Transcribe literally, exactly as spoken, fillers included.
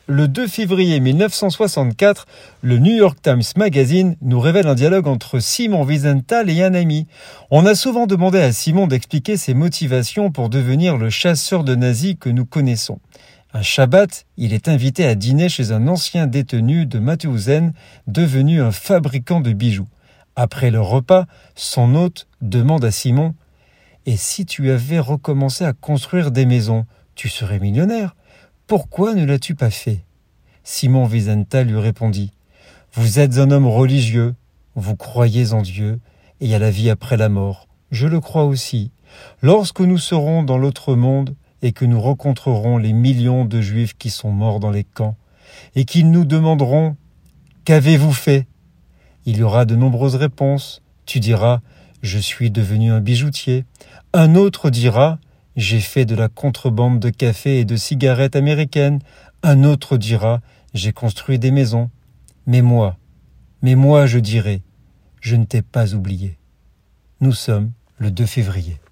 Le deux février mille neuf cent soixante-quatre, le New York Times Magazine nous révèle un dialogue entre Simon Wiesenthal et un ami. On a souvent demandé à Simon d'expliquer ses motivations pour devenir le chasseur de nazis que nous connaissons. Un Shabbat, il est invité à dîner chez un ancien détenu de Mauthausen, devenu un fabricant de bijoux. Après le repas, son hôte demande à Simon « Et si tu avais recommencé à construire des maisons, tu serais millionnaire ? Pourquoi ne l'as-tu pas fait ?» Simon Wiesenthal lui répondit « Vous êtes un homme religieux, vous croyez en Dieu et à la vie après la mort. Je le crois aussi. Lorsque nous serons dans l'autre monde et que nous rencontrerons les millions de Juifs qui sont morts dans les camps et qu'ils nous demanderont « Qu'avez-vous fait ?» Il y aura de nombreuses réponses. Tu diras « Je suis devenu un bijoutier ». Un autre dira « J'ai fait de la contrebande de café et de cigarettes américaines ». Un autre dira « J'ai construit des maisons ». Mais moi, mais moi je dirai « Je ne t'ai pas oublié ». Nous sommes le deux février.